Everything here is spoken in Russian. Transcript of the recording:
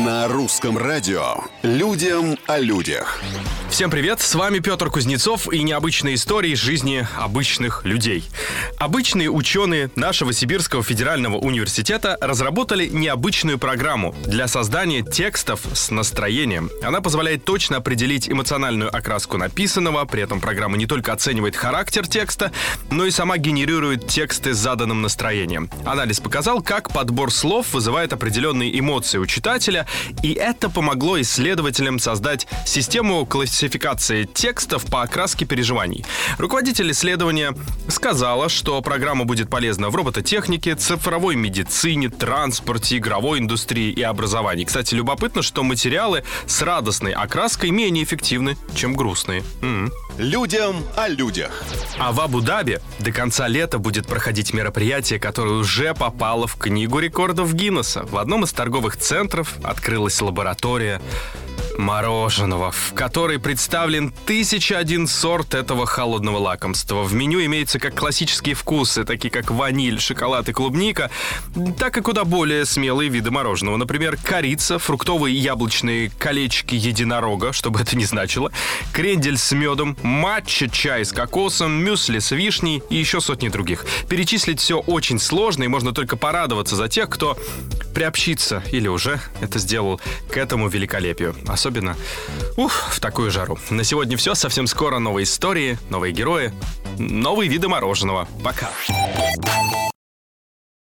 На русском радио «Людям о людях». Всем привет, с вами Петр Кузнецов и необычные истории из жизни обычных людей. Обычные ученые нашего Сибирского федерального университета разработали необычную программу для создания текстов с настроением. Она позволяет точно определить эмоциональную окраску написанного, при этом программа не только оценивает характер текста, но и сама генерирует тексты с заданным настроением. Анализ показал, как подбор слов вызывает определенные эмоции у читателя, и это помогло исследователям создать систему классификации текстов по окраске переживаний. Руководитель исследования сказала, что программа будет полезна в робототехнике, цифровой медицине, транспорте, игровой индустрии и образовании. Кстати, любопытно, что материалы с радостной окраской менее эффективны, чем грустные. Людям о людях. А в Абу-Даби до конца лета будет проходить мероприятие, которое уже попало в Книгу рекордов Гиннесса. В одном из торговых центров открылась лаборатория мороженого, в которой представлен 1001 сорт этого холодного лакомства. В меню имеются как классические вкусы, такие как ваниль, шоколад и клубника, так и куда более смелые виды мороженого. Например, корица, фруктовые и яблочные колечки единорога, что бы это ни значило, крендель с медом, матча-чай с кокосом, мюсли с вишней и еще сотни других. Перечислить все очень сложно, и можно только порадоваться за тех, кто приобщится или уже это сделал к этому великолепию. Особенно в такую жару. На сегодня все. Совсем скоро новые истории, новые герои, новые виды мороженого. Пока.